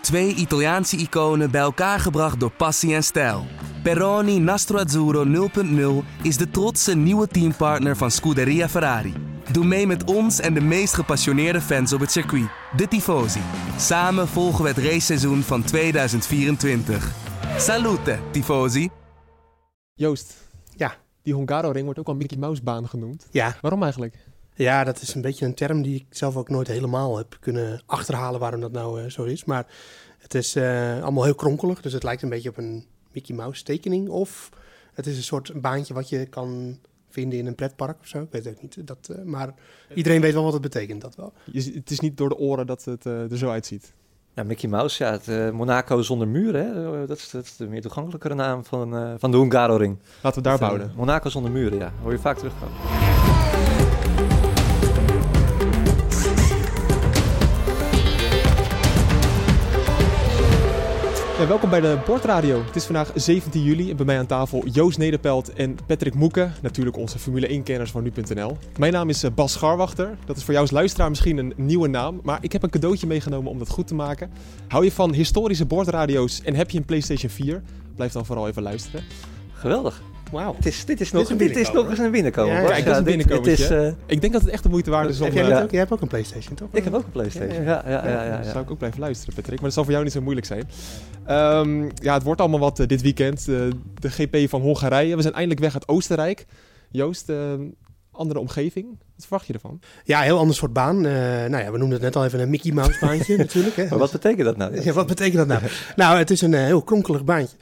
2 Italiaanse iconen bij elkaar gebracht door passie en stijl. Peroni Nastro Azzurro 0.0 is de trotse nieuwe teampartner van Scuderia Ferrari. Doe mee met ons en de meest gepassioneerde fans op het circuit, de Tifosi. Samen volgen we het raceseizoen van 2024. Salute, Tifosi! Joost, Ja. die Hungaroring wordt ook al Mickey Mouse baan genoemd. Ja. Waarom eigenlijk? Ja, dat is een beetje een term die ik zelf ook nooit helemaal heb kunnen achterhalen waarom dat nou zo is. Maar het is allemaal heel kronkelig, dus het lijkt een beetje op een Mickey Mouse tekening. Of het is een soort baantje wat je kan vinden in een pretpark of zo. Ik weet het ook niet. Maar iedereen weet wel wat het betekent, dat wel. Het is niet door de oren dat het er zo uitziet. Ja, Mickey Mouse, ja, het Monaco zonder muur, hè? Dat is de meer toegankelijkere naam van de Hungaroring. Laten we daar bouwen. Monaco zonder muren, ja. Hoor je vaak terugkomen. Ja, welkom bij de Bordradio. Het is vandaag 17 juli en bij mij aan tafel Joost Nederpelt en Patrick Moeke. Natuurlijk onze Formule 1-kenners van nu.nl. Mijn naam is Bas Scharwachter. Dat is voor jou als luisteraar misschien een nieuwe naam. Maar ik heb een cadeautje meegenomen om dat goed te maken. Hou je van historische bordradio's en heb je een PlayStation 4? Blijf dan vooral even luisteren. Geweldig. Wauw. Dit is nog eens een binnenkomen. Ja, Kijk, dat is een binnenkomertje. Ik denk dat het echt de moeite waard is om... Jij hebt ook een PlayStation, toch? Ik heb ook een PlayStation. Ja. Dan zou ik ook blijven luisteren, Patrick. Maar dat zal voor jou niet zo moeilijk zijn. Het wordt allemaal wat dit weekend. De GP van Hongarije. We zijn eindelijk weg uit Oostenrijk. Joost, andere omgeving. Wat verwacht je ervan? Ja, heel ander soort baan. We noemden het net al even een Mickey Mouse baantje natuurlijk. Hè. Maar wat betekent dat nou? Ja, wat betekent dat nou? Nou, het is een heel kronkelig baantje.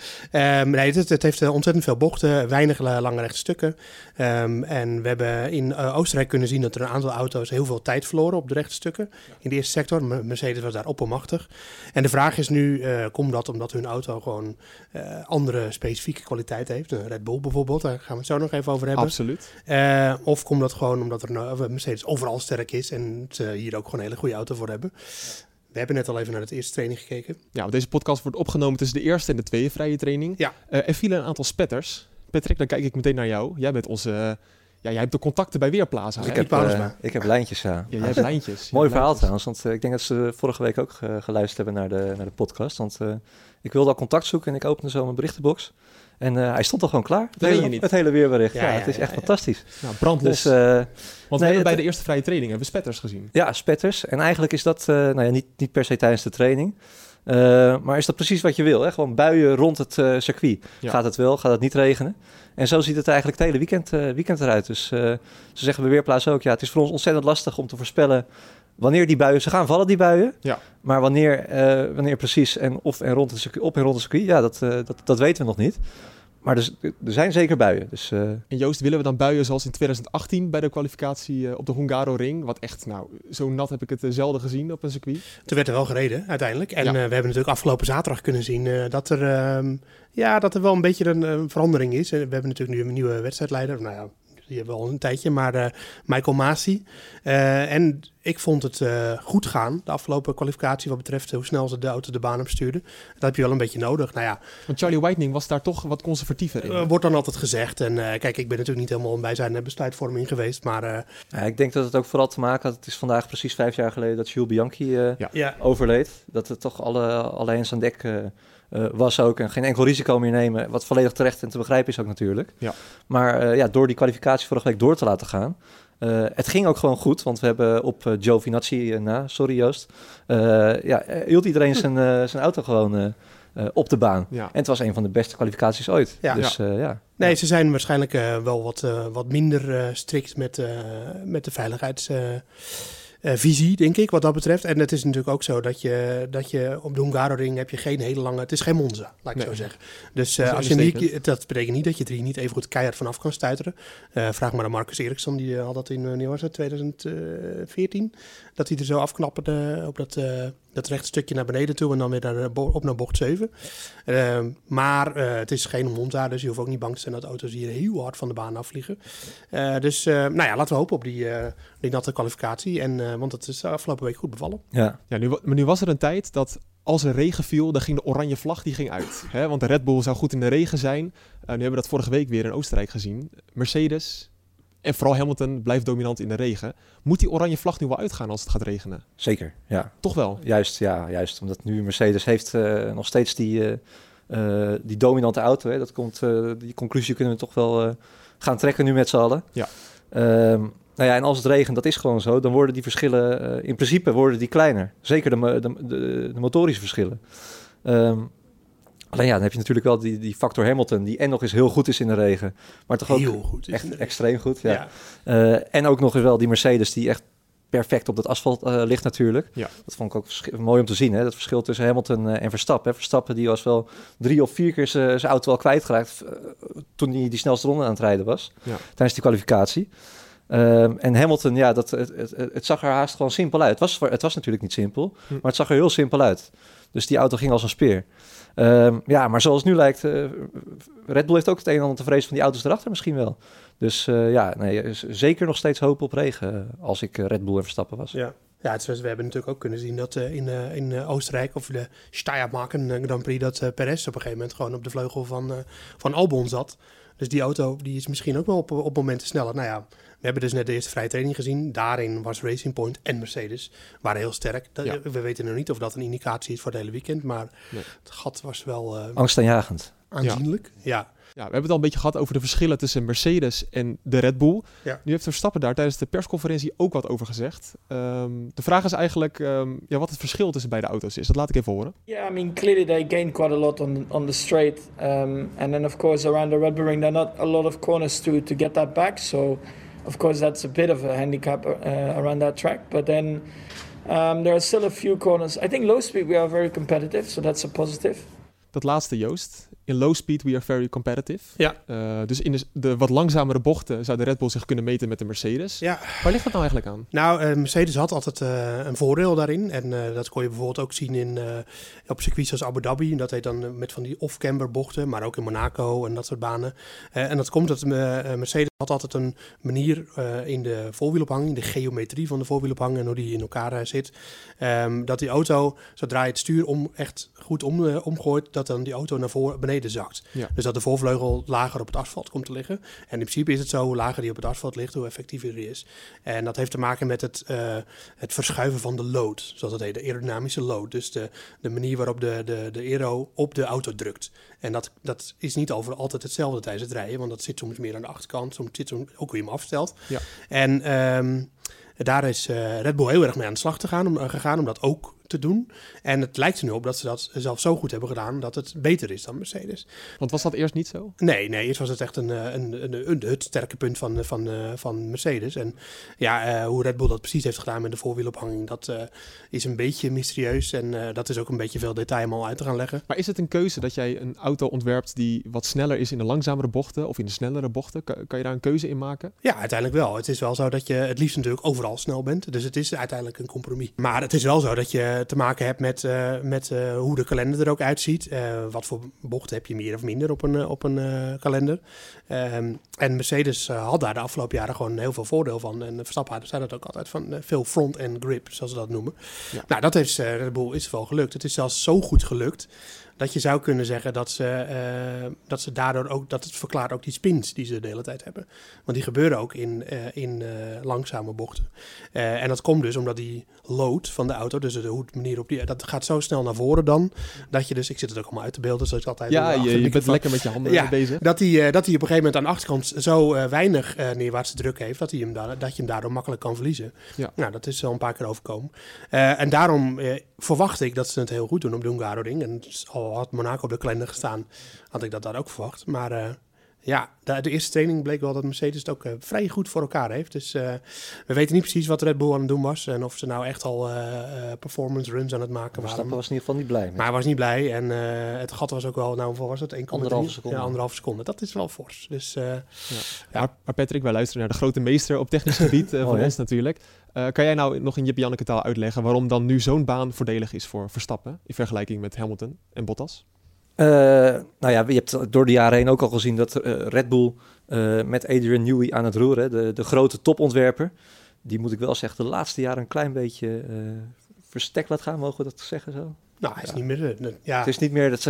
Het heeft ontzettend veel bochten, weinig lange rechte stukken. En we hebben in Oostenrijk kunnen zien dat er een aantal auto's heel veel tijd verloren op de rechte stukken. In de eerste sector. Mercedes was daar oppermachtig. En de vraag is nu, komt dat omdat hun auto gewoon andere specifieke kwaliteit heeft? Red Bull bijvoorbeeld, daar gaan we het zo nog even over hebben. Absoluut. Of komt dat gewoon omdat Mercedes overal sterk is en ze hier ook gewoon een hele goede auto voor hebben. We hebben net al even naar de eerste training gekeken. Ja, want deze podcast wordt opgenomen tussen de eerste en de tweede vrije training. Ja. Er vielen een aantal spetters. Patrick, dan kijk ik meteen naar jou. Jij bent onze... jij hebt de contacten bij Weerplaza. Ik heb lijntjes, ja. Jij hebt lijntjes. Mooi verhaal trouwens, want ik denk dat ze vorige week ook geluisterd hebben naar de podcast. Want ik wilde al contact zoeken en ik opende zo mijn berichtenbox. En hij stond al gewoon klaar. Het hele weerbericht. Ja, het is echt fantastisch. Nou, brandlos. Dus, want we hebben bij de eerste vrije training hebben we spetters gezien. Ja, spetters. En eigenlijk is dat niet per se tijdens de training. Maar is dat precies wat je wil? Hè? Gewoon buien rond het circuit. Ja. Gaat het wel? Gaat het niet regenen? En zo ziet het eigenlijk het hele weekend eruit. Dus ze zeggen bij Weerplaza ook... ja, het is voor ons ontzettend lastig om te voorspellen... wanneer die buien... ze gaan vallen, die buien. Ja. Maar wanneer precies en rond het circuit, op en rond het circuit... ja, dat weten we nog niet. Maar er zijn zeker buien. Dus, En Joost, willen we dan buien zoals in 2018 bij de kwalificatie op de Hungaroring? Wat echt, zo nat heb ik het zelden gezien op een circuit. Toen werd er wel gereden, uiteindelijk. En we hebben natuurlijk afgelopen zaterdag kunnen zien dat er wel een beetje een verandering is. En we hebben natuurlijk nu een nieuwe wedstrijdleider. Nou ja, die hebben we al een tijdje, maar Michael Masi. En ik vond het goed gaan, de afgelopen kwalificatie, wat betreft hoe snel ze de auto de baan op stuurden. Dat heb je wel een beetje nodig. Nou ja, want Charlie Whiting was daar toch wat conservatiever in. Wordt dan altijd gezegd. En kijk, ik ben natuurlijk niet helemaal bij zijn besluitvorming geweest, maar... ik denk dat het ook vooral te maken had. Het is vandaag precies 5 jaar geleden dat Jules Bianchi overleed. Dat het toch alle hens aan dek... was ook en geen enkel risico meer nemen. Wat volledig terecht en te begrijpen is ook natuurlijk. Ja. Maar door die kwalificatie vorige week door te laten gaan... het ging ook gewoon goed, want we hebben op Giovinazzi sorry Joost... hield iedereen zijn auto gewoon op de baan. Ja. En het was een van de beste kwalificaties ooit. Ja. Dus, Nee, ze zijn waarschijnlijk wel wat minder strikt met de veiligheidsvisie, denk ik, wat dat betreft. En het is natuurlijk ook zo dat je op de Hungaroring heb je geen hele lange... Het is geen Monza, laat ik zo zeggen. Dus dat betekent niet dat je er niet even goed keihard vanaf kan stuiteren. Vraag maar aan Marcus Ericsson, die had dat in 2014. Dat hij er zo afknapperde op dat rechte stukje naar beneden toe en dan weer op naar bocht 7. Maar het is geen Monza, dus je hoeft ook niet bang te zijn dat auto's hier heel hard van de baan afvliegen. Laten we hopen op die natte kwalificatie. Want het is afgelopen week goed bevallen. Ja, nu was er een tijd dat als er regen viel, dan ging de oranje vlag uit. Hè? Want de Red Bull zou goed in de regen zijn. Nu hebben we dat vorige week weer in Oostenrijk gezien. Mercedes En vooral Hamilton blijft dominant in de regen. Moet die oranje vlag nu wel uitgaan als het gaat regenen? Zeker, ja. Toch wel? Juist. Omdat nu Mercedes heeft nog steeds die dominante auto. Hè. Die conclusie kunnen we toch wel gaan trekken nu met z'n allen. Ja. En als het regent, dat is gewoon zo, dan worden die verschillen, in principe worden die kleiner. Zeker de motorische verschillen. Alleen dan heb je natuurlijk wel die factor Hamilton, die en nog eens heel goed is in de regen. Maar toch heel ook goed echt extreem goed. Ja. En ook nog eens wel die Mercedes die echt perfect op dat asfalt ligt natuurlijk. Ja. Dat vond ik ook mooi om te zien. Hè? Dat verschil tussen Hamilton en Verstappen. Verstappen die was wel 3 of 4 keer zijn auto al kwijtgeraakt toen hij die snelste ronde aan het rijden was. Ja. Tijdens die kwalificatie. En Hamilton, het zag er haast gewoon simpel uit. Het was natuurlijk niet simpel, maar het zag er heel simpel uit. Dus die auto ging als een speer. Maar zoals het nu lijkt, Red Bull heeft ook het een en ander te vrezen van die auto's erachter misschien wel. Dus zeker nog steeds hoop op regen als ik Red Bull en Verstappen was. Ja. Ja, we hebben natuurlijk ook kunnen zien dat in Oostenrijk, of de Steiermarken Grand Prix, dat Perez op een gegeven moment gewoon op de vleugel van Albon zat. Dus die auto die is misschien ook wel op momenten sneller. Nou ja, we hebben dus net de eerste vrije training gezien. Daarin was Racing Point en Mercedes waren heel sterk. We weten nog niet of dat een indicatie is voor het hele weekend, maar het gat was wel angstaanjagend. Aanzienlijk, ja. Ja, we hebben het al een beetje gehad over de verschillen tussen Mercedes en de Red Bull. Ja. Nu heeft Verstappen daar tijdens de persconferentie ook wat over gezegd. De vraag is eigenlijk wat het verschil tussen beide auto's is. Dat laat ik even horen. Yeah, I mean, clearly they gained quite a lot on the straight. And then of course around the Red Bull ring there are not a lot of corners to get that back. So of course that's a bit of a handicap around that track. But then there are still a few corners. I think low speed we are very competitive, so that's a positive. Dat laatste, Joost. In low speed we are very competitive. Ja. Dus in de wat langzamere bochten zou de Red Bull zich kunnen meten met de Mercedes. Ja. Waar ligt dat nou eigenlijk aan? Nou, Mercedes had altijd een voordeel daarin. En dat kon je bijvoorbeeld ook zien op circuits als Abu Dhabi. Dat heet dan met van die off-camber bochten. Maar ook in Monaco en dat soort banen. En dat komt dat Mercedes had altijd een manier in de voorwielophanging. De geometrie van de voorwielophanging en hoe die in elkaar zit. Dat die auto, zodra je het stuur echt goed omgooit, dat dan die auto naar beneden zakt. Ja. Dus dat de voorvleugel lager op het asfalt komt te liggen. En in principe is het zo, hoe lager die op het asfalt ligt, hoe effectiever die is. En dat heeft te maken met het verschuiven van de load, zoals dat heet, de aerodynamische load. Dus de manier waarop de aero op de auto drukt. En dat is niet altijd hetzelfde tijdens het rijden, want dat zit soms meer aan de achterkant, soms zit ook hoe je hem afstelt. Ja. En daar is Red Bull heel erg mee aan de slag gegaan om dat ook te doen. En het lijkt er nu op dat ze dat zelf zo goed hebben gedaan dat het beter is dan Mercedes. Want was dat eerst niet zo? Nee, eerst was het echt het sterke punt van Mercedes. En hoe Red Bull dat precies heeft gedaan met de voorwielophanging, dat is een beetje mysterieus. En dat is ook een beetje veel detail om al uit te gaan leggen. Maar is het een keuze dat jij een auto ontwerpt die wat sneller is in de langzamere bochten of in de snellere bochten? Kan je daar een keuze in maken? Ja, uiteindelijk wel. Het is wel zo dat je het liefst natuurlijk overal snel bent. Dus het is uiteindelijk een compromis. Maar het is wel zo dat je te maken hebt met hoe de kalender er ook uitziet. Wat voor bochten heb je meer of minder op een kalender. En Mercedes had daar de afgelopen jaren gewoon heel veel voordeel van. En Verstappen zei dat ook altijd van veel front-end grip, zoals ze dat noemen. Ja. Nou, dat heeft Red Bull is wel gelukt. Het is zelfs zo goed gelukt dat je zou kunnen zeggen dat ze daardoor ook, dat het verklaart ook die spins die ze de hele tijd hebben. Want die gebeuren ook in langzame bochten. En dat komt dus omdat die load van de auto, dus de manier op dat gaat zo snel naar voren dan, dat je dus, ik zit het ook allemaal uit te beelden, zoals ik altijd je bent lekker met je handen bezig. Dat hij op een gegeven moment aan de achterkant zo weinig neerwaartse druk heeft, dat je hem daardoor makkelijk kan verliezen. Ja. Nou, dat is al een paar keer overkomen. En daarom verwacht ik dat ze het heel goed doen op de Hungaroring. En al had Monaco op de kalender gestaan, had ik dat daar ook verwacht. Maar de eerste training bleek wel dat Mercedes het ook vrij goed voor elkaar heeft. Dus we weten niet precies wat Red Bull aan het doen was. En of ze nou echt al performance runs aan het maken waren. Verstappen was in ieder geval niet blij. Maar hij was niet blij. En het gat was ook wel, hoeveel was het? 1,3 seconde. Ja, 1,5 seconde. Dat is wel fors. Dus, Maar Patrick, wij luisteren naar de grote meester op technisch gebied van ons natuurlijk. Kan jij nou nog in Jip-Janneke taal uitleggen waarom dan nu zo'n baan voordelig is voor Verstappen in vergelijking met Hamilton en Bottas? Je hebt door de jaren heen ook al gezien dat Red Bull met Adrian Newey aan het roeren, de grote topontwerper, die moet ik wel zeggen de laatste jaren een klein beetje verstek laat gaan, mogen we dat zeggen zo? Nou, hij is niet meer... Het is niet meer...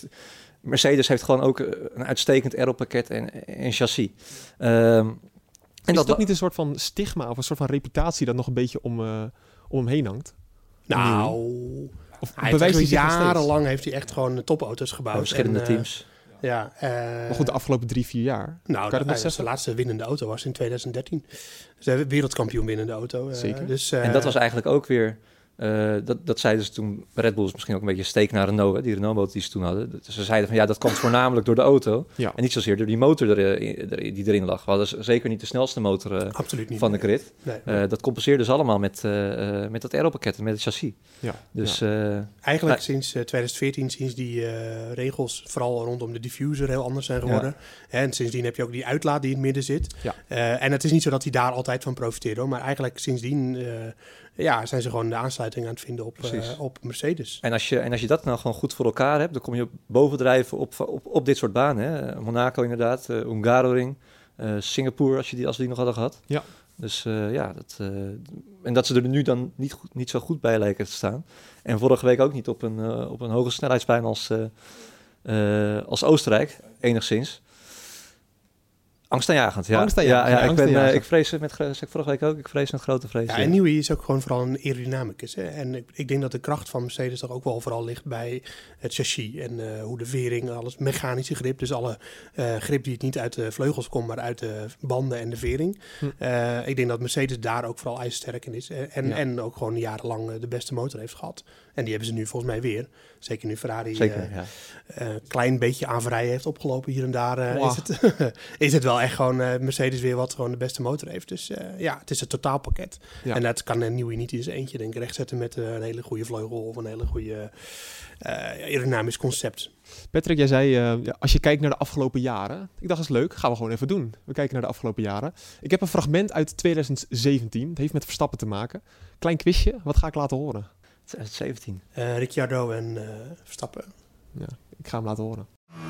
Mercedes heeft gewoon ook een uitstekend aeropakket en chassis. En is dat niet een soort van stigma of een soort van reputatie dat nog een beetje om hem heen hangt? Nou, jarenlang heeft hij echt gewoon topauto's gebouwd. Verschillende teams. Ja, maar goed, de afgelopen 3-4 jaar. Nou, zijn laatste winnende auto was in 2013. Dus hij wereldkampioen winnende auto. Zeker. Dus, en dat was eigenlijk ook weer... dat zeiden ze toen, Red Bull is misschien ook een beetje steek naar Renault, hè, die Renault-motor die ze toen hadden. Ze zeiden van dat komt voornamelijk door de auto en niet zozeer door die motor die erin lag. We hadden zeker niet de snelste motor van de grid. Nee. Dat compenseerde ze allemaal met dat aeropakket en met het chassis. Ja. Dus, eigenlijk sinds 2014, sinds die regels vooral rondom de diffuser heel anders zijn geworden. Ja. En sindsdien heb je ook die uitlaat die in het midden zit. Ja. En het is niet zo dat hij daar altijd van profiteert, hoor, maar eigenlijk sindsdien... zijn ze gewoon de aansluiting aan het vinden op Mercedes. En als je dat nou gewoon goed voor elkaar hebt, dan kom je bovendrijven op dit soort banen. Hè? Monaco inderdaad, Hungaroring, Singapore als we die nog hadden gehad. Ja. Dus en dat ze er nu dan niet zo goed bij lijken te staan. En vorige week ook niet op een hoge snelheidsbaan als Oostenrijk, enigszins. Angstaanjagend, ja. Ik vrees met vorige week ook. Ik vrees met grote vrees. Ja, en Newey is ook gewoon vooral een aerodynamicus. Hè? En ik denk dat de kracht van Mercedes toch ook wel vooral ligt bij het chassis. En hoe de vering, alles mechanische grip. Dus alle grip die het niet uit de vleugels komt, maar uit de banden en de vering. Ik denk dat Mercedes daar ook vooral ijzersterk in is. En ook gewoon jarenlang de beste motor heeft gehad. En die hebben ze nu volgens mij weer. Zeker nu Ferrari klein beetje aanvrij heeft opgelopen hier en daar. Is het wel echt gewoon Mercedes weer wat gewoon de beste motor heeft. Dus het is het totaalpakket. Ja. En dat kan Newey niet in zijn eentje denk ik rechtzetten met een hele goede vleugel of een hele goede aerodynamisch concept. Patrick, jij zei, als je kijkt naar de afgelopen jaren... Ik dacht, dat is leuk, gaan we gewoon even doen. We kijken naar de afgelopen jaren. Ik heb een fragment uit 2017. Het heeft met Verstappen te maken. Klein quizje, wat ga ik laten horen? 2017. Ricciardo en Verstappen. Ja, ik ga hem laten horen.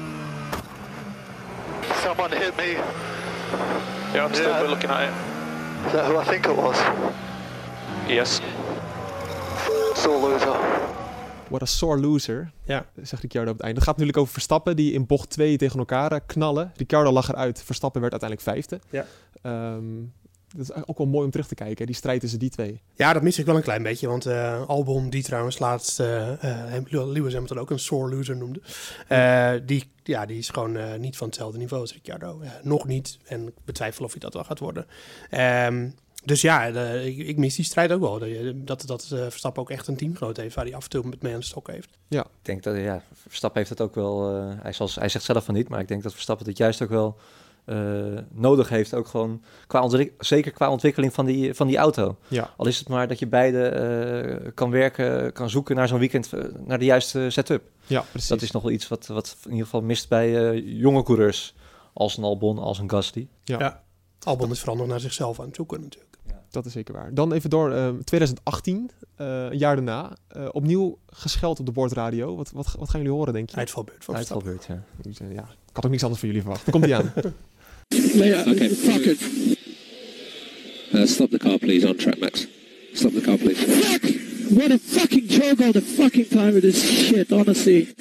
Someone hit me. Yeah, I'm still looking at it. Is that who I think it was? Yes. Sore loser. What a sore loser, zegt Ricciardo op het einde. Het gaat natuurlijk over Verstappen, die in bocht 2 tegen elkaar knallen. Ricciardo lag eruit, Verstappen werd uiteindelijk 5e. Ja. Dat is ook wel mooi om terug te kijken, die strijd tussen die twee. Ja, dat mis ik wel een klein beetje, want Albon, die trouwens laatst Lewis Hamilton ook een sore loser noemde, die is gewoon niet van hetzelfde niveau als Ricciardo. Nog niet, en ik betwijfel of hij dat wel gaat worden. Dus ik mis die strijd ook wel. Dat Verstappen ook echt een teamgenoot heeft waar hij af en toe mee aan de stok heeft. Ja, ik denk dat Verstappen heeft het ook wel. Hij zegt zelf van niet, maar ik denk dat Verstappen dit juist ook wel nodig heeft. Ook gewoon zeker qua ontwikkeling van die auto. Ja. Al is het maar dat je beide kan werken, kan zoeken naar zo'n weekend naar de juiste setup. Ja, precies. Dat is nog wel iets wat in ieder geval mist bij jonge coureurs als een Albon, als een Gasly. Ja. Albon is vooral nog naar zichzelf aan het zoeken natuurlijk. Ja. Dat is zeker waar. Dan even door 2018, een jaar daarna, opnieuw gescheld op de bordradio. Wat gaan jullie horen, denk je? Uitvalbeurt van Verstappen. Ja. Ik had ook niks anders van jullie verwacht. Komt die aan. Okay, fuck it. Stop the car, please, on track, Max. Stop the car, please. Fuck! What a fucking joke all the fucking time with this shit, honestly.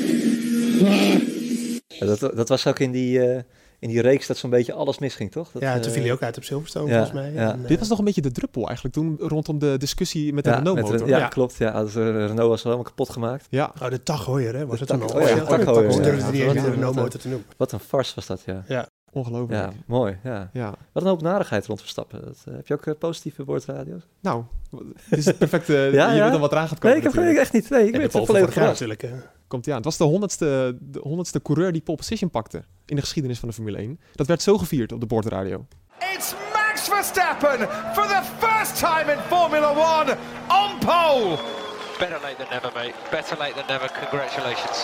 Dat was ook in die reeks dat zo'n beetje alles misging, toch? Toen viel hij ook uit op Silverstone, volgens mij. Ja. En, dit was nog een beetje de druppel eigenlijk toen rondom de discussie met de Renault-motor. Klopt. Ja, Renault was helemaal kapot gemaakt. Ja. Oh, de Tagheuer, hè? Was het dan al? Tagheuer. Durfde niet eens de Renault-motor te noemen. Wat een farce was dat, ja. Ongelooflijk. Ja, mooi. Ja. Wat een hoop narigheid rond Verstappen. Heb je ook positieve boordradio's? Nou, dit is het perfecte... Je weet al wat eraan gaat komen. Nee, ik heb echt niet. Nee, ik weet het volledig natuurlijk. Komt hij aan. Het was de 100ste coureur die pole position pakte in de geschiedenis van de Formule 1. Dat werd zo gevierd op de bordradio. It's Max Verstappen for the first time in Formula 1 on pole. Better late than never, mate. Better late than never. Congratulations.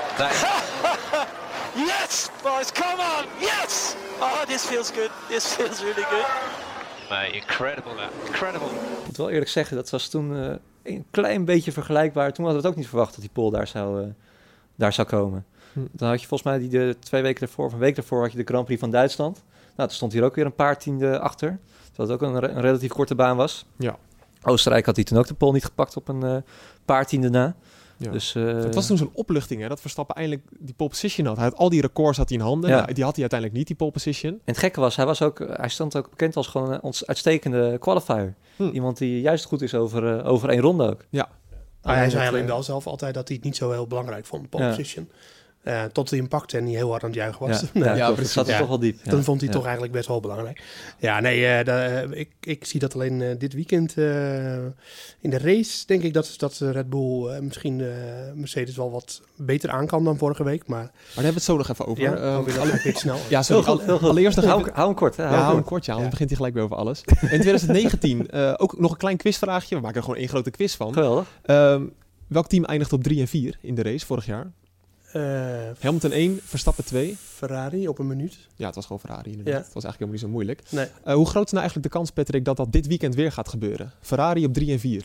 Yes, boys, come on, yes! Oh, this feels good. This feels really good. Mate, incredible, man. Incredible. Ik moet wel eerlijk zeggen, dat was toen een klein beetje vergelijkbaar. Toen hadden we het ook niet verwacht dat die pole daar zou komen. Dan had je volgens mij de 2 weken ervoor, of een week ervoor, had je de Grand Prix van Duitsland. Nou, toen stond hier ook weer een paar tienden achter. Terwijl het ook een relatief korte baan was. Ja. Oostenrijk had hij toen ook de pole niet gepakt op een paar tienden na. Ja. Dus, het was toen zo'n opluchting, hè, dat Verstappen eindelijk die pole position had. Hij had al die records in handen. Ja. Nou, die had hij uiteindelijk niet, die pole position. En het gekke was, hij stond ook bekend als gewoon een uitstekende qualifier. Iemand die juist goed is over 1 ronde ook. Ja. Hij zei alleen wel zelf altijd dat hij het niet zo heel belangrijk vond, pole position. Tot hij hem pakte en niet heel hard aan het juichen was. Precies. Dat zat er toch wel diep. Dan vond hij het toch eigenlijk best wel belangrijk. Ja, nee, ik zie dat alleen dit weekend in de race. Denk ik dat Red Bull misschien Mercedes wel wat beter aan kan dan vorige week. Maar daar hebben we het zo nog even over. Weer snel. Ja, allereerst nog hou hem kort. Hou hem kort, anders begint hij gelijk weer over alles. In 2019 ook nog een klein quizvraagje. We maken er gewoon 1 grote quiz van. Geweldig. Welk team eindigt op 3 en 4 in de race vorig jaar? Hamilton 1, Verstappen 2. Ferrari op een minuut. Ja, het was gewoon Ferrari inderdaad. Het was eigenlijk helemaal niet zo moeilijk. Nee. Hoe groot is nou eigenlijk de kans, Patrick, dat dit weekend weer gaat gebeuren? Ferrari op 3 en 4.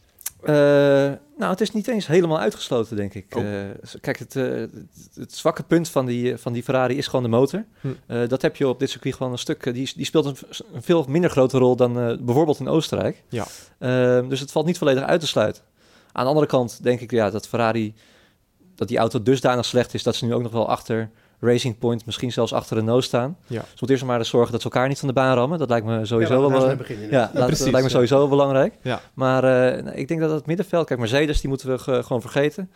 Nou, het is niet eens helemaal uitgesloten, denk ik. Kijk, het zwakke punt van die Ferrari is gewoon de motor. Dat heb je op dit circuit gewoon een stuk... Die speelt een veel minder grote rol dan bijvoorbeeld in Oostenrijk. Ja. Dus het valt niet volledig uit te sluiten. Aan de andere kant denk ik dat Ferrari... dat die auto dusdanig slecht is dat ze nu ook nog wel achter Racing Point, misschien zelfs achter Renault staan. Ja. Dus moet eerst maar eens zorgen dat ze elkaar niet van de baan rammen. Dat lijkt me sowieso wel dat lijkt me sowieso belangrijk. Ja. Maar ik denk dat het middenveld, kijk, Mercedes, die moeten we gewoon vergeten.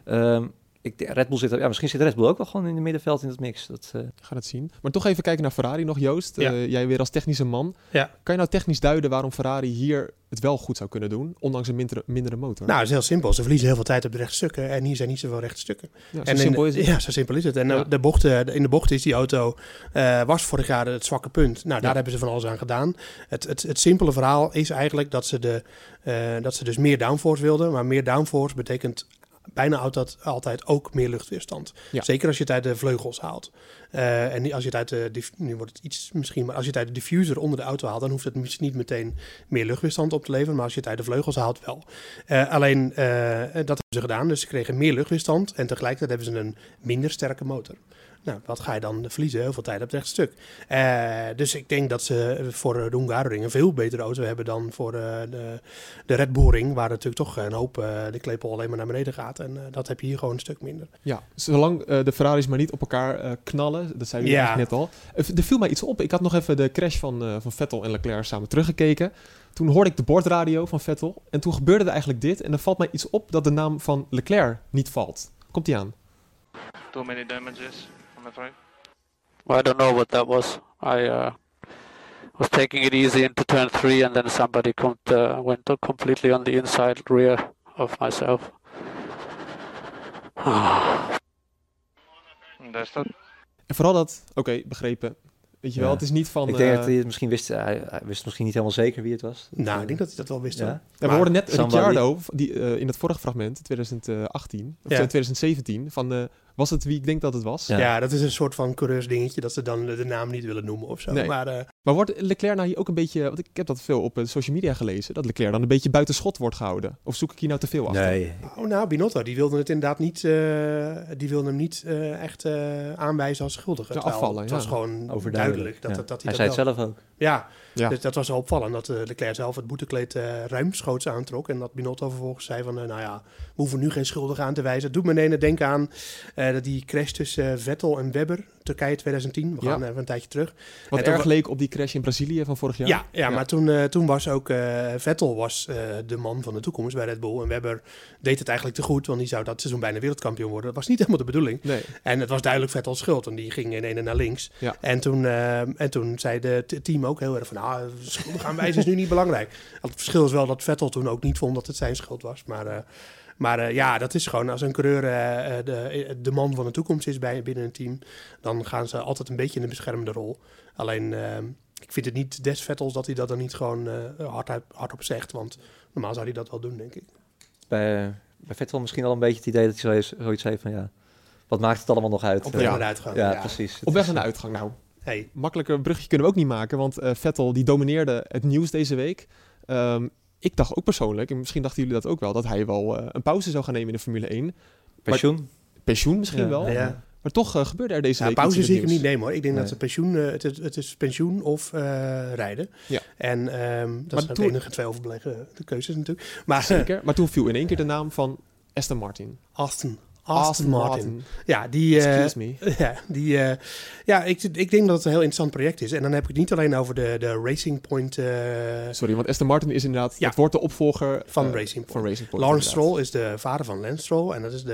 Red Bull misschien zit Red Bull ook wel gewoon in het middenveld in het mix. Gaat het zien. Maar toch even kijken naar Ferrari nog, Joost. Jij weer als technische man. Ja. Kan je nou technisch duiden waarom Ferrari hier het wel goed zou kunnen doen, ondanks een mindere motor? Nou, het is heel simpel. Ze verliezen heel veel tijd op de rechte stukken en hier zijn niet zoveel rechte stukken. Ja, zo simpel is het. Ja, zo simpel is het. En in de bocht is die auto, was vorig jaar het zwakke punt. Nou, daar hebben ze van alles aan gedaan. Het simpele verhaal is eigenlijk dat ze dus meer downforce wilden, maar meer downforce betekent bijna altijd ook meer luchtweerstand. Ja. Zeker als je het uit de vleugels haalt. En als je het uit nu wordt het iets misschien, maar als je het uit de diffuser onder de auto haalt, dan hoeft het misschien niet meteen meer luchtweerstand op te leveren, maar als je het uit de vleugels haalt wel. Alleen dat hebben ze gedaan, dus ze kregen meer luchtweerstand en tegelijkertijd hebben ze een minder sterke motor. Nou, wat ga je dan verliezen? Heel veel tijd op het rechte stuk. Dus ik denk dat ze voor de Hungaroring een veel betere auto hebben dan voor de Red Bull Ring, waar natuurlijk toch een hoop de klepel alleen maar naar beneden gaat. En dat heb je hier gewoon een stuk minder. Ja, zolang de Ferraris maar niet op elkaar knallen, dat zei jullie net al. Er viel mij iets op. Ik had nog even de crash van Vettel en Leclerc samen teruggekeken. Toen hoorde ik de bordradio van Vettel en toen gebeurde er eigenlijk dit. En er valt mij iets op dat de naam van Leclerc niet valt. Komt die aan? Too many damages. Well, I don't know what that was. I was taking it easy into turn 3 and then somebody went completely on the inside rear of myself. En vooral dat, begrepen. Weet je wel, het is niet van... Ik denk dat hij het misschien wist. Hij wist misschien niet helemaal zeker wie het was. Nou, ik denk dat hij dat wel wist. Ja. We hoorden net Ricciardo in het vorige fragment, 2018 of 2017, van... was het wie ik denk dat het was? Ja, dat is een soort van coureurs dingetje dat ze dan de naam niet willen noemen of zo. Nee. Maar wordt Leclerc nou hier ook een beetje... Want ik heb dat veel op social media gelezen, dat Leclerc dan een beetje buiten schot wordt gehouden. Of zoek ik hier nou te veel achter? Nee. Nou, Binotto, die wilde het inderdaad niet... die wilde hem niet echt aanwijzen als schuldige. Afvallen, het was gewoon overduidelijk. Hij zei het zelf ook. Ja. Dus dat was wel opvallend, dat Leclerc zelf het boetekleed ruimschoots aantrok. En dat Binotto vervolgens zei van, we hoeven nu geen schuldige aan te wijzen. Het doet me ineens denken aan dat die crash tussen Vettel en Webber, Turkije 2010. We gaan even een tijdje terug. Wat erg leek op die crash in Brazilië van vorig jaar. Ja. Maar toen was ook Vettel de man van de toekomst bij Red Bull. En Webber deed het eigenlijk te goed, want die zou dat seizoen bijna wereldkampioen worden. Dat was niet helemaal de bedoeling. Nee. En het was duidelijk Vettels schuld, en die ging in ene naar links. Ja. En toen zei het team ook heel erg van, schuldig aanwijzen is nu niet belangrijk. Het verschil is wel dat Vettel toen ook niet vond dat het zijn schuld was. Maar dat is gewoon, als een coureur de man van de toekomst is binnen een team, dan gaan ze altijd een beetje in de beschermende rol. Alleen, ik vind het niet des Vettels dat hij dat dan niet gewoon hardop zegt, want normaal zou hij dat wel doen, denk ik. Bij Vettel misschien al een beetje het idee dat hij zoiets heeft van, wat maakt het allemaal nog uit? Op weg naar de uitgang. Ja, precies. Op weg naar de uitgang, nou. Hey. Makkelijker brugje kunnen we ook niet maken, want Vettel die domineerde het nieuws deze week. Ik dacht ook persoonlijk, en misschien dachten jullie dat ook wel, dat hij wel een pauze zou gaan nemen in de Formule 1. Pensioen? Pensioen misschien wel. Ja. Maar toch gebeurde er deze week pauze zie ik niet nemen, hoor. Ik denk dat ze pensioen, het is pensioen of rijden. Ja. En dat zijn de enige 2 overbleven keuzes natuurlijk. Zeker, maar toen viel in één keer de naam van Aston Martin. Aston Martin. Ja, Excuse me. Ik denk dat het een heel interessant project is. En dan heb ik het niet alleen over de Racing Point... Sorry, want Aston Martin is inderdaad... Het wordt de opvolger van Racing Point. Lawrence Stroll is de vader van Lance Stroll. En dat is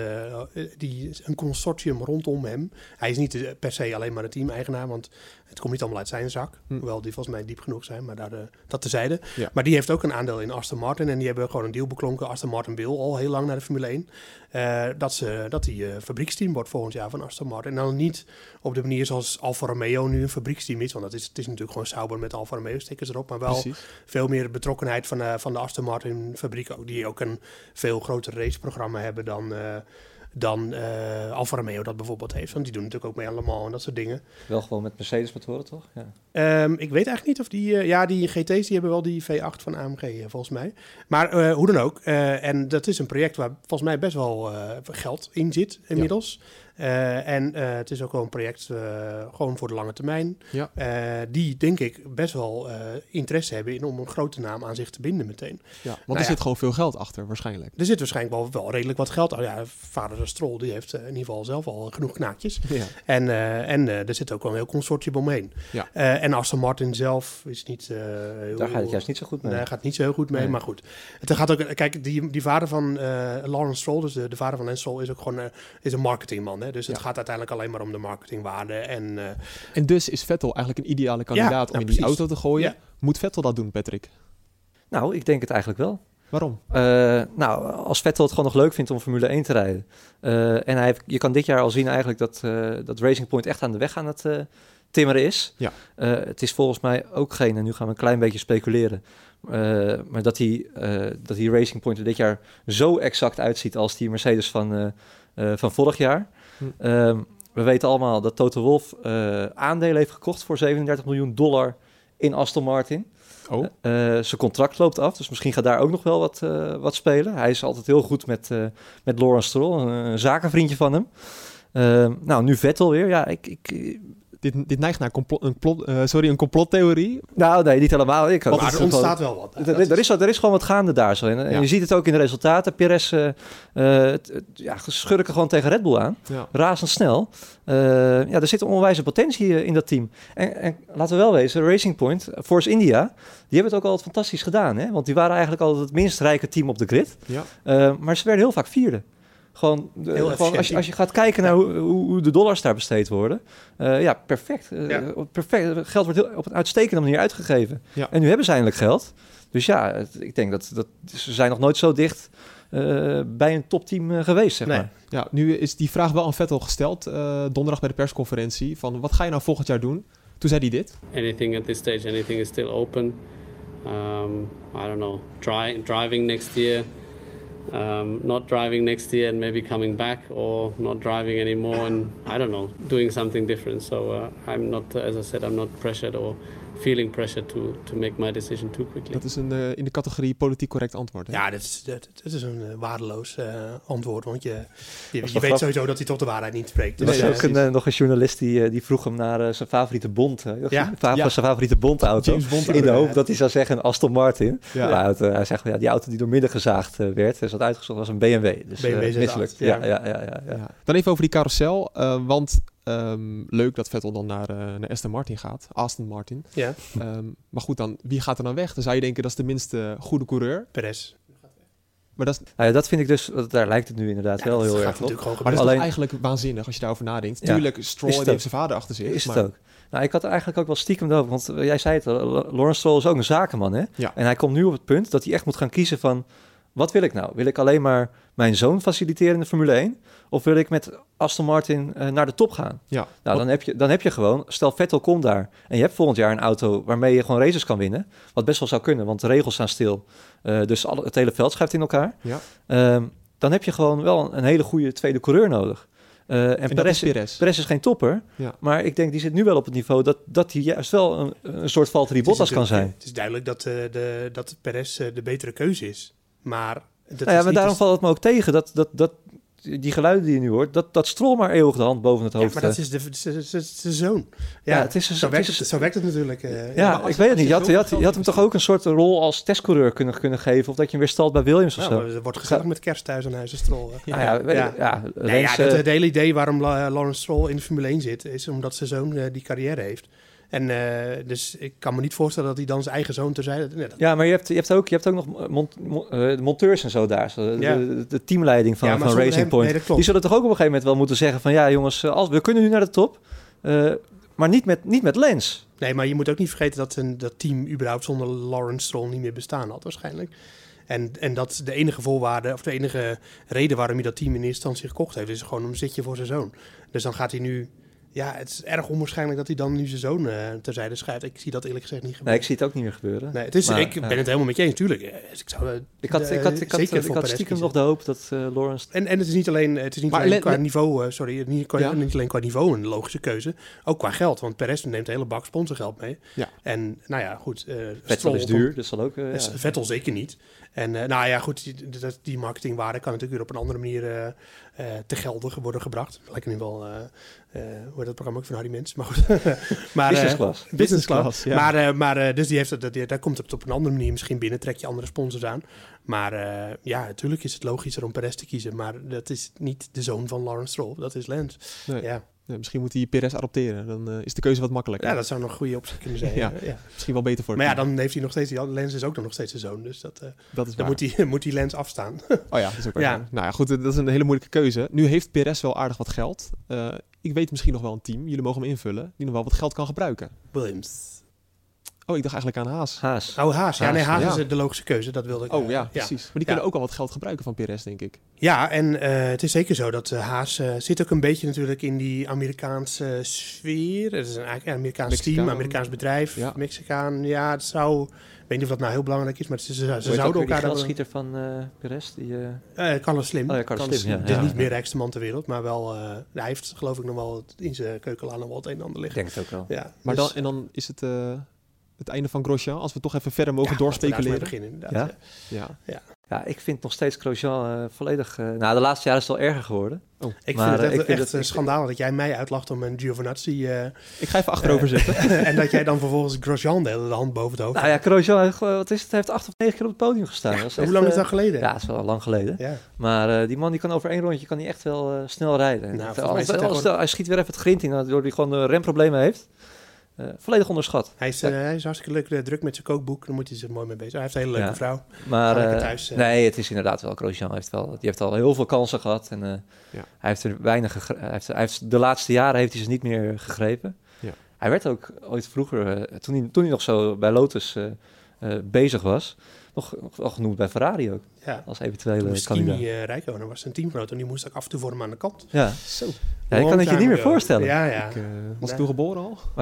een consortium rondom hem. Hij is niet per se alleen maar de team-eigenaar, want het komt niet allemaal uit zijn zak. Hoewel die volgens mij diep genoeg zijn, maar dat tezijde. Ja. Maar die heeft ook een aandeel in Aston Martin. En die hebben gewoon een deal beklonken. Aston Martin wil al heel lang naar de Formule 1. Dat die fabrieksteam wordt volgend jaar van Aston Martin. En dan niet op de manier zoals Alfa Romeo nu een fabrieksteam is. Want het is natuurlijk gewoon Sauber met Alfa Romeo stickers erop. Maar wel veel meer betrokkenheid van de Aston Martin fabriek. Die ook een veel groter raceprogramma hebben dan Alfa Romeo dat bijvoorbeeld heeft. Want die doen natuurlijk ook mee aan Le Mans en dat soort dingen. Wel gewoon met Mercedes motoren, toch? Ja. Ik weet eigenlijk niet of die GT's, die hebben wel die V8 van AMG volgens mij. Maar hoe dan ook. En dat is een project waar volgens mij best wel geld in zit inmiddels. Ja. Het is ook wel een project gewoon voor de lange termijn. Ja. Die denk ik best wel interesse hebben om een grote naam aan zich te binden meteen. Ja, want er zit gewoon veel geld achter waarschijnlijk. Er zit waarschijnlijk wel redelijk wat geld. Vader Stroll die heeft in ieder geval zelf al genoeg knaakjes. Ja. En er zit ook wel een heel consortium omheen. Ja. En Aston Martin zelf is niet... Daar gaat het juist niet zo goed mee. Daar gaat het niet zo heel goed mee, maar goed. Het gaat ook... Kijk, die vader van Lawrence Stroll, dus de vader van Lance Stroll, is ook gewoon is een marketingman. Hè? Dus het gaat uiteindelijk alleen maar om de marketingwaarde. En dus is Vettel eigenlijk een ideale kandidaat om in die auto te gooien. Ja. Moet Vettel dat doen, Patrick? Nou, ik denk het eigenlijk wel. Waarom? Als Vettel het gewoon nog leuk vindt om Formule 1 te rijden. En je kan dit jaar al zien eigenlijk dat Racing Point echt aan de weg aan het timmeren is. Ja. Het is volgens mij ook geen, en nu gaan we een klein beetje speculeren, maar dat die Racing Point er dit jaar zo exact uitziet als die Mercedes van vorig jaar. We weten allemaal dat Toto Wolff aandelen heeft gekocht voor $37 miljoen in Aston Martin. Oh. Zijn contract loopt af, dus misschien gaat daar ook nog wel wat spelen. Hij is altijd heel goed met Lawrence Stroll, een zakenvriendje van hem. Nu Vettel weer. Ja, Dit neigt naar een complottheorie. Nou, nee, niet helemaal. Maar er ontstaat wel wat. Er is gewoon wat gaande daar zo. En je ziet het ook in de resultaten. Perez schurken gewoon tegen Red Bull aan. Ja. Razendsnel. Er zit een onwijze potentie in dat team. En laten we wel wezen, Racing Point, Force India, die hebben het ook altijd fantastisch gedaan. Hè? Want die waren eigenlijk altijd het minst rijke team op de grid. Ja. Maar ze werden heel vaak vierde. Gewoon als je gaat kijken naar hoe de dollars daar besteed worden. Perfect. Perfect. Geld wordt op een uitstekende manier uitgegeven. Ja. En nu hebben ze eindelijk geld. Dus ja, ik denk dat ze zijn nog nooit zo dicht bij een topteam geweest, zeg maar. Ja, nu is die vraag wel aan Vettel gesteld. Donderdag bij de persconferentie. Van wat ga je nou volgend jaar doen? Toen zei hij dit. Anything at this stage, anything is still open. I don't know. Driving next year. Not driving next year and maybe coming back, or not driving anymore and I don't know, doing something different. So I'm not, as I said, I'm not pressured or feeling pressure to make my decision too quickly. Dat is in de categorie politiek correct antwoord. Hè? Ja, dat is een waardeloos antwoord, want je weet sowieso dat hij tot de waarheid niet spreekt. Er was ook nog een journalist die vroeg hem naar zijn favoriete Bond. Zijn favoriete Bondauto. In de hoop dat hij zou zeggen een Aston Martin. Ja. Hij zegt, die auto die doormidden gezaagd werd, is wat uitgezocht, was een BMW. Dus mislukt. Ja. Dan even over die carousel, want leuk dat Vettel dan naar Aston Martin gaat. Aston Martin. Ja. Maar goed, dan wie gaat er dan weg? Dan zou je denken, dat is de minste goede coureur. Perez. Maar dat vind ik dus, dat daar lijkt het nu inderdaad wel heel erg op. Maar dat is toch eigenlijk waanzinnig als je daarover nadenkt. Tuurlijk, Stroll heeft zijn vader achter zich. Is het ook. Nou, ik had er eigenlijk ook wel stiekem over, want jij zei het, Lawrence Stroll is ook een zakenman, hè? Ja. En hij komt nu op het punt dat hij echt moet gaan kiezen van, wat wil ik nou? Wil ik alleen maar mijn zoon faciliteren in de Formule 1? Of wil ik met Aston Martin naar de top gaan? Ja. Nou, dan heb je gewoon, stel Vettel komt daar en je hebt volgend jaar een auto waarmee je gewoon races kan winnen. Wat best wel zou kunnen, want de regels staan stil. Dus het hele veld schuift in elkaar. Ja. Dan heb je gewoon wel een hele goede tweede coureur nodig. En Perez is geen topper, maar ik denk die zit nu wel op het niveau dat hij juist wel een soort Valtteri Bottas kan zijn. Het is duidelijk dat Perez de betere keuze is, maar... daarom valt het me ook tegen die geluiden die je nu hoort, dat Stroll maar eeuwig de hand boven het hoofd. Ja, maar dat is de zoon. Ja, het is zo werkt het natuurlijk. Ik weet het niet. Je had hem toch ook een soort rol als testcoureur kunnen geven, of dat je hem weer stalt bij Williams of zo. Er wordt gezellig met kerst thuis aan huis Stroll. Het hele idee waarom Lawrence Stroll in de Formule 1 zit, is omdat zijn zoon die carrière heeft. En dus ik kan me niet voorstellen dat hij dan zijn eigen zoon terzijde... Ja, maar je hebt ook nog de monteurs en zo daar. De teamleiding van Racing Point. Die zullen toch ook op een gegeven moment wel moeten zeggen van... ja jongens, we kunnen nu naar de top, maar niet met Lance. Nee, maar je moet ook niet vergeten dat team überhaupt zonder Lawrence Stroll niet meer bestaan had waarschijnlijk. En dat de enige voorwaarde, of de enige reden waarom hij dat team in eerste instantie gekocht heeft... is gewoon een zitje voor zijn zoon. Dus dan gaat hij nu... Ja, het is erg onwaarschijnlijk dat hij dan nu zijn zoon terzijde schuift. Ik zie dat eerlijk gezegd niet gebeuren. Nee, ik zie het ook niet meer gebeuren. Nee, ik ben het helemaal met je eens, natuurlijk. Ik had stiekem nog de hoop dat Lawrence... En het is niet alleen, qua niveau, niet alleen qua niveau een logische keuze. Ook qua geld, want Perez neemt een hele bak sponsorgeld mee. Ja. En nou ja, goed. Vettel is duur, dus zal ook... Vettel zeker niet. En goed, die marketingwaarde kan natuurlijk weer op een andere manier te gelden worden gebracht. Lijkt nu wel... hoe heet dat programma ook van Harry Mens? Maar goed. Business class. Ja. Maar dus die heeft daar komt het op een andere manier misschien binnen. Trek je andere sponsors aan. Maar natuurlijk is het logischer om Perez te kiezen. Maar dat is niet de zoon van Lawrence Stroll. Dat is Lance. Nee. Ja. Ja, misschien moet hij Perez adopteren. Dan is de keuze wat makkelijker. Ja, dat zou nog een goede optie kunnen zijn. Ja. Misschien wel beter voor het team. Dan heeft hij nog steeds... Lance is ook nog steeds zijn zoon. Dus dat is dan moet hij Lance afstaan. Oh ja, dat is ook waar. Nou ja, goed. Dat is een hele moeilijke keuze. Nu heeft Perez wel aardig wat geld. Ik weet misschien nog wel een team. Jullie mogen hem invullen. Die nog wel wat geld kan gebruiken. Williams. Oh, ik dacht eigenlijk aan Haas. Oh, Haas. Ja, nee, Haas is de logische keuze. Dat wilde ik. Oh ja, precies. Maar die kunnen ook al wat geld gebruiken van Perez, denk ik. Ja, en het is zeker zo dat Haas zit ook een beetje natuurlijk in die Amerikaanse sfeer. Het is eigenlijk een Amerikaans team, Amerikaans bedrijf, Mexicaan. Ja, het zou... Ik weet niet of dat nou heel belangrijk is, maar ze zouden elkaar... De geldschieter van Perez? Carlos Slim. Carlos Slim, Het is niet meer de rijkste man ter wereld, maar wel... hij heeft geloof ik nog wel in zijn keukenlaan nog wel het een en ander liggen. Ik denk het ook wel. Ja, maar dus, dan is het... het einde van Grosjean, als we toch even verder mogen doorspeculeren. Beginnen, inderdaad. Ja, ik vind nog steeds Grosjean volledig... de laatste jaren is het wel erger geworden. Oh. Ik vind het echt schandalig dat jij mij uitlacht om een Giovinazzi... ik ga even achterover zitten. En dat jij dan vervolgens Grosjean de hand boven het hoofd... Nou ja, Grosjean, wat is het? Hij heeft 8 of 9 keer op het podium gestaan. Ja, hoe lang is dat geleden? Ja, dat is wel lang geleden. Ja. Maar die man die kan over 1 rondje echt wel snel rijden. Nou, hij schiet weer even het grind in, waardoor hij gewoon remproblemen heeft. Volledig onderschat. Hij is hartstikke leuk druk met zijn kookboek. Daar moet hij zich mooi mee bezig. Hij heeft een hele leuke vrouw. Maar nee, het is inderdaad wel Grosjean. Die heeft al heel veel kansen gehad. En hij heeft er weinig de laatste jaren heeft hij ze niet meer gegrepen. Ja. Hij werd ook ooit vroeger, toen hij nog zo bij Lotus bezig was, nog wel genoemd bij Ferrari ook. Ja. Als eventuele kandidaat. Kimi Räikkönen was zijn teamgenoot en die moest ook af en toe voor hem aan de kant. Ja, zo. Ja, ik kan het je niet meer voorstellen. Ja. Was toen geboren al? Maar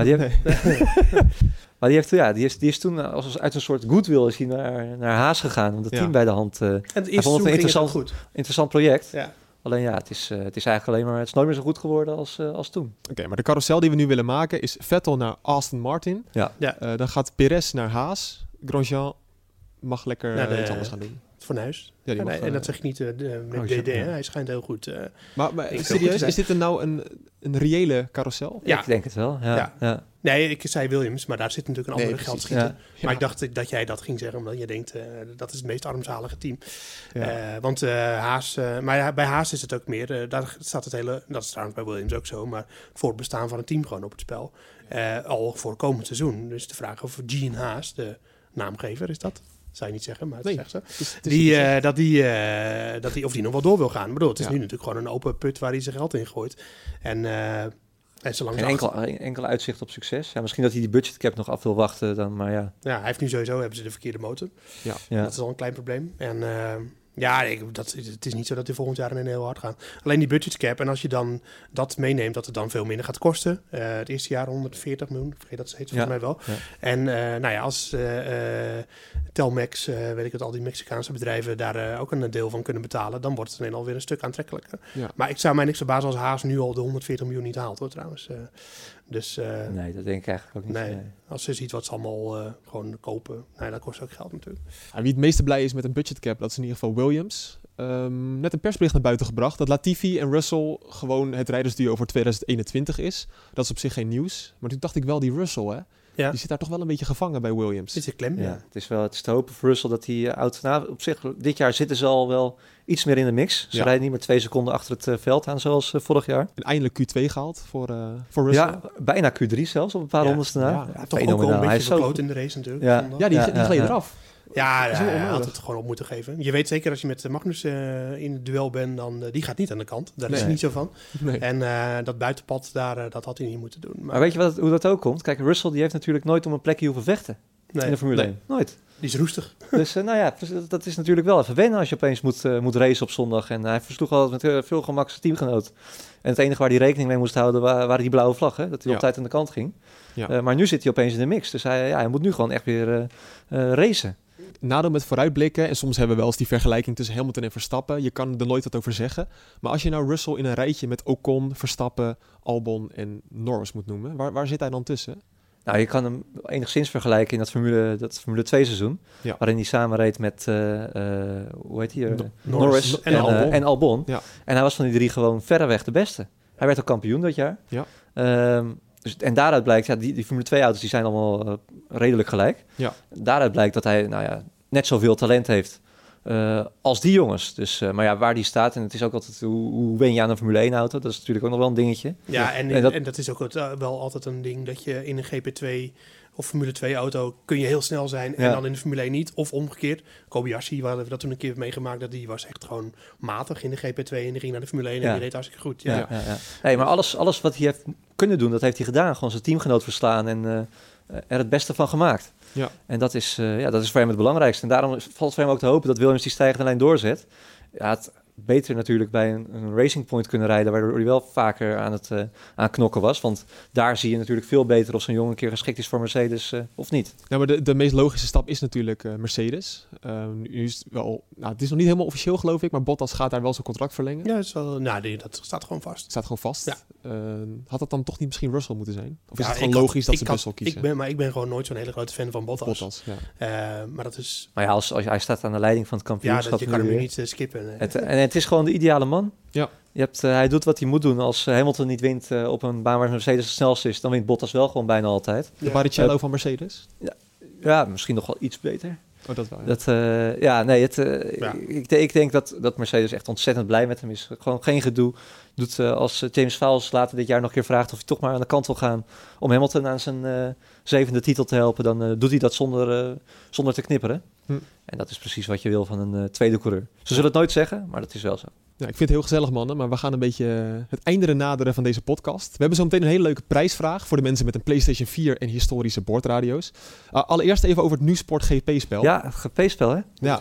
die is toen uit een soort goodwill is hij naar Haas gegaan om het team bij de hand. En het eerste vond het een interessant project. Ja. Alleen het is eigenlijk alleen maar... Het is nooit meer zo goed geworden als toen. Oké, maar de carousel die we nu willen maken is Vettel naar Aston Martin. Ja. Dan gaat Perez naar Haas. Grosjean mag lekker iets anders gaan doen. Van huis. Ja, en dat zeg ik niet met DD. Hij schijnt heel goed. Maar serieus, is dit nou een reële carousel? Ja. Ik denk het wel, ja. Nee, ik zei Williams, maar daar zit natuurlijk een andere geldschieter. Ja. Maar ik dacht dat jij dat ging zeggen, omdat je denkt, dat is het meest armzalige team. Ja. Want Haas, maar bij Haas is het ook meer, daar staat het hele, dat is trouwens bij Williams ook zo, maar voor het bestaan van een team gewoon op het spel. Al voor komend seizoen. Dus de vraag of Gene Haas, de naamgever, is dat? Zou je niet zeggen, maar het is echt zo. Of die nog wel door wil gaan. Ik bedoel, het is nu natuurlijk gewoon een open put waar hij zijn geld in gooit. En zolang geen enkel uitzicht op succes. Ja, misschien dat hij die budgetcap nog af wil wachten dan, maar ja. Ja, hij heeft nu sowieso hebben ze de verkeerde motor. Ja. Dat is al een klein probleem. En het is niet zo dat hij volgend jaar ineens heel hard gaat. Alleen die budgetcap. En als je dan dat meeneemt, dat het dan veel minder gaat kosten. Het eerste jaar 140 miljoen. Vergeet dat steeds, volgens mij wel. Ja. En als Telmex, weet ik het, al die Mexicaanse bedrijven daar ook een deel van kunnen betalen, dan wordt het ineens alweer een stuk aantrekkelijker. Ja. Maar ik zou mij niks verbazen als Haas nu al de 140 miljoen niet haalt, hoor, trouwens. Dus, nee, dat denk ik eigenlijk ook niet. Nee. Als je ziet wat ze allemaal gewoon kopen, dat kost ook geld natuurlijk. En wie het meeste blij is met een budgetcap, dat is in ieder geval Williams. Net een persbericht naar buiten gebracht dat Latifi en Russell gewoon het rijdersduo voor 2021 is. Dat is op zich geen nieuws. Maar toen dacht ik wel, die Russell, hè? Ja. Die zit daar toch wel een beetje gevangen bij Williams. Zit je klem, ja. Het is te hopen voor Russell dat hij op zich, dit jaar zitten ze al wel iets meer in de mix. Ze rijden niet meer 2 seconden achter het veld aan zoals vorig jaar. En eindelijk Q2 gehaald voor Russell. Ja, bijna Q3 zelfs op een paar rondes daarna. Ja, toch ook wel een beetje verkloot in de race natuurlijk. Ja, die gleed eraf. Ja, hij had het gewoon op moeten geven. Je weet zeker als je met Magnus in het duel bent, dan die gaat niet aan de kant. Daar is hij niet zo van. Nee. En dat buitenpad, dat had hij niet moeten doen. Maar weet je hoe dat ook komt? Kijk, Russell die heeft natuurlijk nooit om een plekje hoeven vechten in de Formule 1. Nooit. Die is roestig. Dus dat is natuurlijk wel even wennen als je opeens moet racen op zondag. En hij versloeg altijd met veel gemak zijn teamgenoot. En het enige waar hij rekening mee moest houden waren die blauwe vlaggen. Dat hij altijd aan de kant ging. Ja. Maar nu zit hij opeens in de mix. Dus hij moet nu gewoon echt weer racen. Nadeel met vooruitblikken, en soms hebben we wel eens die vergelijking tussen Hamilton en Verstappen. Je kan er nooit wat over zeggen. Maar als je nou Russell in een rijtje met Ocon, Verstappen, Albon en Norris moet noemen, waar zit hij dan tussen? Nou, je kan hem enigszins vergelijken in dat Formule 2 seizoen. Ja. Waarin hij samenreed met, hoe heet hij? Norris en Albon. Ja. En hij was van die 3 gewoon verreweg de beste. Hij werd ook kampioen dat jaar. Ja. En daaruit blijkt, die Formule 2 auto's die zijn allemaal redelijk gelijk. Ja. Daaruit blijkt dat hij net zoveel talent heeft als die jongens. Dus, maar waar die staat, en het is ook altijd, hoe ben je aan een Formule 1 auto? Dat is natuurlijk ook nog wel een dingetje. Ja, en dat is ook wel altijd een ding dat je in een GP2 of Formule 2 auto kun je heel snel zijn en dan in de Formule 1 niet. Of omgekeerd. Kobayashi, we hadden dat toen een keer meegemaakt, dat die was echt gewoon matig in de GP2 en die ging naar de Formule 1 en die reed hartstikke goed. Ja. Hey, maar alles wat hij heeft kunnen doen, dat heeft hij gedaan. Gewoon zijn teamgenoot verslaan en er het beste van gemaakt. Ja. En dat is voor hem het belangrijkste. En daarom valt het voor hem ook te hopen dat Williams die stijgende lijn doorzet. Ja, het beter natuurlijk bij een Racing Point kunnen rijden, waardoor hij wel vaker aan het knokken was. Want daar zie je natuurlijk veel beter of zo'n jongen een keer geschikt is voor Mercedes of niet. Ja, maar de meest logische stap is natuurlijk Mercedes. Nu is het wel, het is nog niet helemaal officieel geloof ik, maar Bottas gaat daar wel zijn contract verlengen. Ja, dat staat gewoon vast. Het staat gewoon vast. Ja. Had dat dan toch niet misschien Russell moeten zijn? Of is het gewoon logisch dat ze Russell kiezen? Ik ben gewoon nooit zo'n hele grote fan van Bottas. Maar dat is... Maar ja, als hij staat aan de leiding van het kampioenschap. Ja, je kan hem niet skippen. En het is gewoon de ideale man. Ja. Hij doet wat hij moet doen. Als Hamilton niet wint op een baan waar Mercedes het snelste is, dan wint Bottas wel gewoon bijna altijd. De Barrichello van Mercedes? Ja, misschien nog wel iets beter. Oh, dat wel. Ja. Ik denk dat Mercedes echt ontzettend blij met hem is. Gewoon geen gedoe. Doet als James Vowles later dit jaar nog een keer vraagt of hij toch maar aan de kant wil gaan om Hamilton aan zijn 7e titel te helpen, dan doet hij dat zonder te knipperen. En dat is precies wat je wil van een tweede coureur. Ze zullen het nooit zeggen, maar dat is wel zo. Ja, ik vind het heel gezellig, mannen, maar we gaan een beetje het einde naderen van deze podcast. We hebben zo meteen een hele leuke prijsvraag voor de mensen met een PlayStation 4 en historische boordradio's. Allereerst even over het NuSport GP-spel. Ja, het GP-spel, hè? Ja.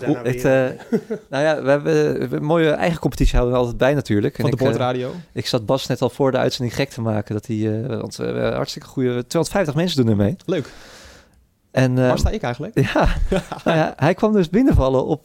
We hebben een mooie eigen competitie houden we altijd bij natuurlijk. Van de boordradio. Ik zat Bas net al voor de uitzending gek te maken, dat hij, want we hebben hartstikke goede 250 mensen doen ermee. Leuk. En, waar sta ik eigenlijk? Ja, hij kwam dus binnenvallen op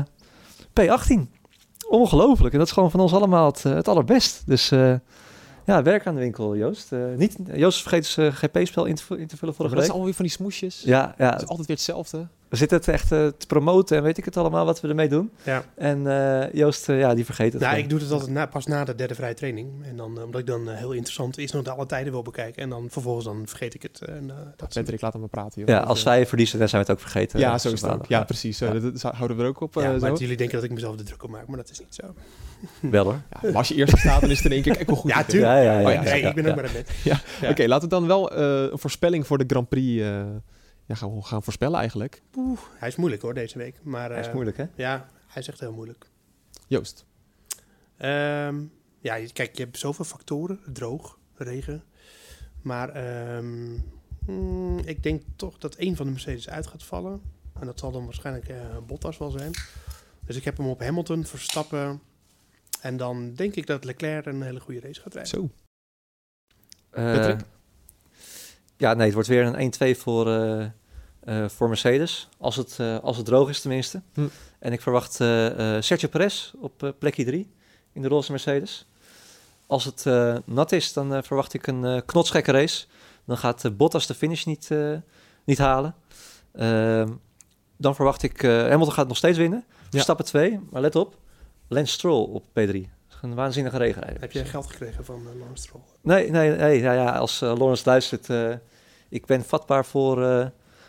P18. Ongelooflijk. En dat is gewoon van ons allemaal het allerbest. Dus werk aan de winkel, Joost. Joost vergeet zijn GP-spel in te vullen vorige week. Dat is allemaal weer van die smoesjes. Ja. Het is altijd weer hetzelfde. We zitten het echt te promoten en weet ik het allemaal wat we ermee doen. Ja. En Joost, die vergeet het. Ik doe het altijd pas na de derde vrije training. En dan, omdat ik dan heel interessant is nog alle tijden wil bekijken. En dan vervolgens dan vergeet ik het. Patrick, laat hem maar praten. Joh. Ja, als wij verliezen, dan zijn we het ook vergeten. Ja, zo is het ook. Ja, precies. Dat houden we er ook op. Maar jullie denken dat ik mezelf de druk op maak, maar dat is niet zo. Wel hoor. Ja, maar als je eerst staat, dan is het in één keer echt wel goed. Ja, tuurlijk. Ik ben ook maar een net. Oké, laten we dan wel een voorspelling voor de Grand Prix... gaan voorspellen eigenlijk. Hij is moeilijk hoor, deze week. Maar, hij is moeilijk, hè? Ja, hij is echt heel moeilijk. Joost? Kijk, je hebt zoveel factoren. Droog, regen. Maar ik denk toch dat één van de Mercedes uit gaat vallen. En dat zal dan waarschijnlijk Bottas wel zijn. Dus ik heb hem op Hamilton, Verstappen. En dan denk ik dat Leclerc een hele goede race gaat rijden. Zo. Het wordt weer een 1-2 voor Mercedes. Als het droog is tenminste. En ik verwacht Sergio Perez op plekje 3 in de roze Mercedes. Als het nat is, dan verwacht ik een knotsgekke race. Dan gaat Bottas de finish niet halen. Dan verwacht ik... Hamilton gaat nog steeds winnen. Verstappen 2. Maar let op, Lance Stroll op P3. Een waanzinnige regenrijder. Heb je geld gekregen van Lawrence Stroll? Nee. Ja, als Lawrence luistert... ik ben vatbaar voor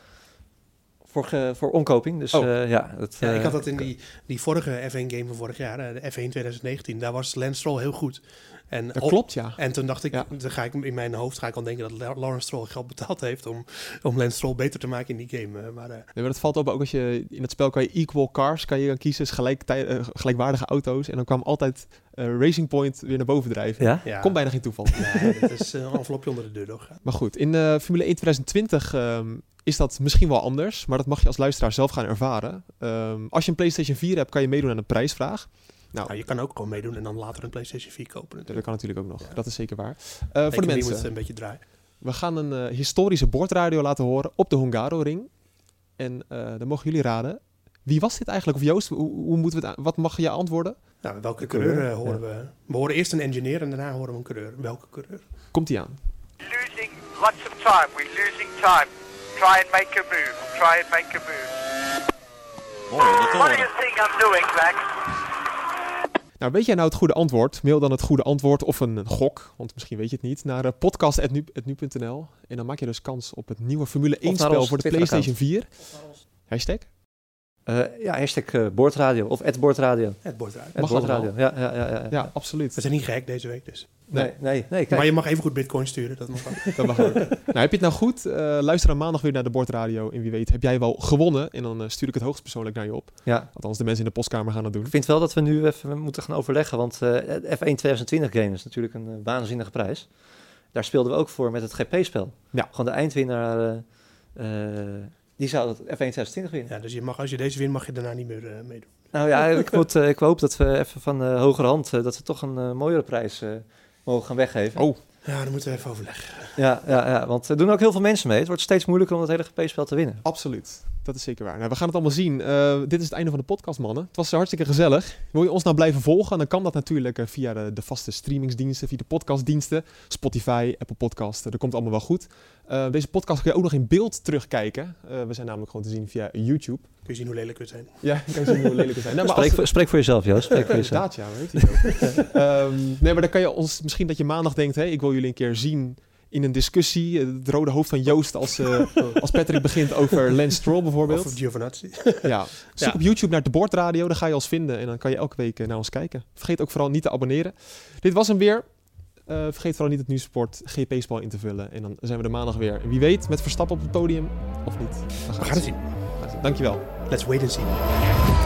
omkoping. Dus ik had dat in die vorige F1-game van vorig jaar, de F1 2019. Daar was Lance Stroll heel goed. En dat klopt, ja. En toen dacht ik, dan ga ik in mijn hoofd al denken dat Lawrence Stroll geld betaald heeft om Lance Stroll beter te maken in die game. Maar dat valt op ook als je in het spel kan je equal cars kan kiezen, gelijkwaardige auto's. En dan kwam altijd Racing Point weer naar boven drijven. Ja? Komt bijna geen toeval. Nee, dat is een envelopje onder de deur nog. Maar goed, in Formule 1 2020 is dat misschien wel anders, maar dat mag je als luisteraar zelf gaan ervaren. Als je een PlayStation 4 hebt, kan je meedoen aan een prijsvraag. Nou, je kan ook gewoon meedoen en dan later een PlayStation 4 kopen. Dat kan natuurlijk ook nog. Ja. Dat is zeker waar. Voor de mensen moet een beetje draaien. We gaan een historische bordradio laten horen op de Hungaroring. En dan mogen jullie raden. Wie was dit eigenlijk? Of Joost, hoe moeten we wat mag je antwoorden? Nou, welke coureur horen we? We horen eerst een engineer en daarna horen we een coureur. Welke coureur? Komt-ie aan. Losing lots of time. We're losing time. Try and make a move. Try and make a move. What do you think I'm doing, Max? Nou, weet jij nou het goede antwoord? Mail dan het goede antwoord of een gok, want misschien weet je het niet, naar podcast@nu.nl. En dan maak je dus kans op het nieuwe Formule 1 spel voor de PlayStation 4. Hashtag? Hashtag boordradio of @boordradio. @boordradio. Ja, absoluut. We zijn niet gek deze week dus. Nee, kijk. Maar je mag even goed Bitcoin sturen, dat mag ook. Dat mag ook. Nou, heb je het nou goed? Luister dan maandag weer naar de bordradio. En wie weet heb jij wel gewonnen. En dan stuur ik het hoogstpersoonlijk naar je op. Ja. Althans, de mensen in de postkamer gaan dat doen. Ik vind wel dat we nu even moeten gaan overleggen. Want F1 2020 game is natuurlijk een waanzinnige prijs. Daar speelden we ook voor met het GP-spel. Ja. Gewoon de eindwinnaar... die zou het F1 2020 winnen. Ja, dus als je deze wint, mag je daarna niet meer meedoen. Nou ja, ik hoop dat we even van hogerhand... dat we toch een mooiere prijs mogen gaan weggeven. Oh. Ja, daar moeten we even overleggen. Ja, want er doen ook heel veel mensen mee. Het wordt steeds moeilijker om het hele GP-spel te winnen. Absoluut. Dat is zeker waar. Nou, we gaan het allemaal zien. Dit is het einde van de podcast, mannen. Het was hartstikke gezellig. Wil je ons nou blijven volgen? Dan kan dat natuurlijk via de vaste streamingsdiensten, via de podcastdiensten. Spotify, Apple Podcast. Dat komt allemaal wel goed. Deze podcast kun je ook nog in beeld terugkijken. We zijn namelijk gewoon te zien via YouTube. Kun je zien hoe lelijk we zijn. Ja, kun je zien hoe lelijk we zijn. Nou, spreek voor jezelf, Joost. Spreek voor jezelf. Inderdaad, ja. Weet je ook. Nee, maar dan kan je ons misschien dat je maandag denkt... ik wil jullie een keer zien... in een discussie, het rode hoofd van Joost als Patrick begint over Lance Stroll bijvoorbeeld. Of Giovinazzi. Ja, zoek op YouTube naar de Bordradio, daar ga je ons vinden en dan kan je elke week naar ons kijken. Vergeet ook vooral niet te abonneren. Dit was hem weer. Vergeet vooral niet het Nieuwsport GP-spel in te vullen en dan zijn we er maandag weer. En wie weet, met Verstappen op het podium of niet. We gaan het zien. Dankjewel. Let's wait and see.